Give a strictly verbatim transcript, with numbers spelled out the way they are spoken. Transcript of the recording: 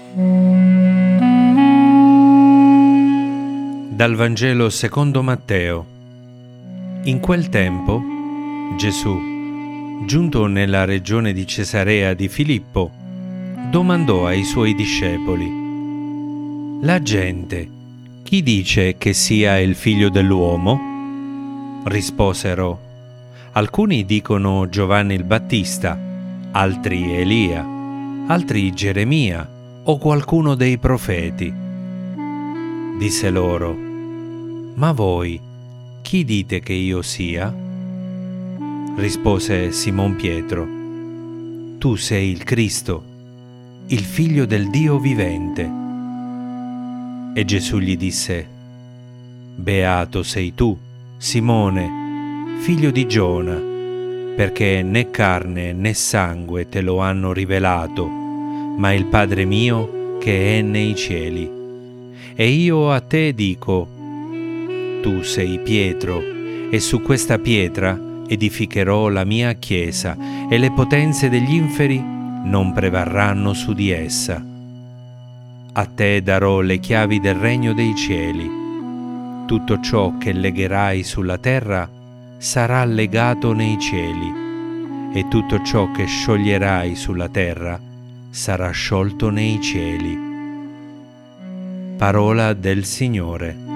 Dal Vangelo secondo Matteo. In quel tempo Gesù, giunto nella regione di Cesarea di Filippo, domandò ai suoi discepoli: «La gente, chi dice che sia il figlio dell'uomo?» Risposero: «Alcuni dicono Giovanni il Battista, altri Elia, altri Geremia o qualcuno dei profeti». Disse loro: «Ma voi, chi dite che io sia?» Rispose Simon Pietro: «Tu sei il Cristo, il Figlio del Dio vivente». E Gesù gli disse: «Beato sei tu, Simone, figlio di Giona, perché né carne né sangue te lo hanno rivelato, ma il Padre mio che è nei cieli. E io a te dico: tu sei Pietro, e su questa pietra edificherò la mia chiesa, e le potenze degli inferi non prevarranno su di essa. A te darò le chiavi del regno dei cieli. Tutto ciò che legherai sulla terra sarà legato nei cieli, e tutto ciò che scioglierai sulla terra sarà sciolto nei cieli». Parola del Signore.